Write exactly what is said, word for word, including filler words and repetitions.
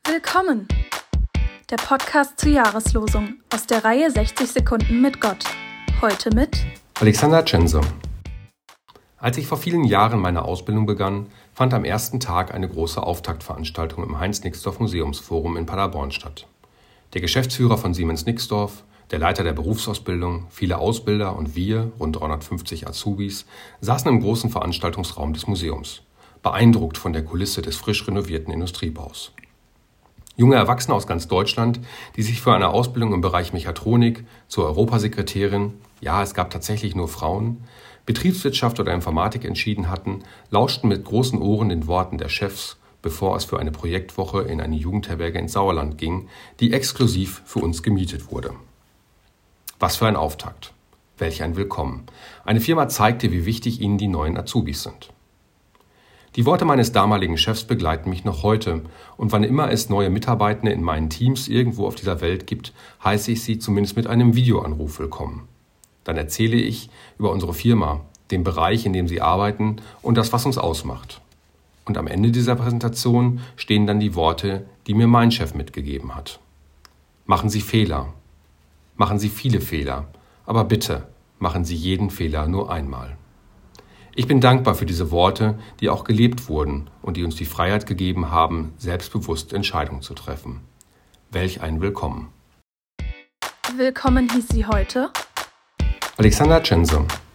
Willkommen! Der Podcast zur Jahreslosung aus der Reihe sechzig Sekunden mit Gott. Heute mit Alexander Tschense. Als ich vor vielen Jahren meine Ausbildung begann, fand am ersten Tag eine große Auftaktveranstaltung im Heinz-Nixdorf-Museumsforum in Paderborn statt. Der Geschäftsführer von Siemens Nixdorf, der Leiter der Berufsausbildung, viele Ausbilder und wir, rund dreihundertfünfzig Azubis, saßen im großen Veranstaltungsraum des Museums, beeindruckt von der Kulisse des frisch renovierten Industriebaus. Junge Erwachsene aus ganz Deutschland, die sich für eine Ausbildung im Bereich Mechatronik, zur Europasekretärin, ja, es gab tatsächlich nur Frauen, Betriebswirtschaft oder Informatik entschieden hatten, lauschten mit großen Ohren den Worten der Chefs, bevor es für eine Projektwoche in eine Jugendherberge ins Sauerland ging, die exklusiv für uns gemietet wurde. Was für ein Auftakt. Welch ein Willkommen. Eine Firma zeigte, wie wichtig ihnen die neuen Azubis sind. Die Worte meines damaligen Chefs begleiten mich noch heute und wann immer es neue Mitarbeitende in meinen Teams irgendwo auf dieser Welt gibt, heiße ich sie zumindest mit einem Videoanruf willkommen. Dann erzähle ich über unsere Firma, den Bereich, in dem sie arbeiten und das, was uns ausmacht. Und am Ende dieser Präsentation stehen dann die Worte, die mir mein Chef mitgegeben hat. Machen Sie Fehler. Machen Sie viele Fehler. Aber bitte, machen Sie jeden Fehler nur einmal. Ich bin dankbar für diese Worte, die auch gelebt wurden und die uns die Freiheit gegeben haben, selbstbewusst Entscheidungen zu treffen. Welch ein Willkommen. Willkommen hieß sie heute Alexander Tschense.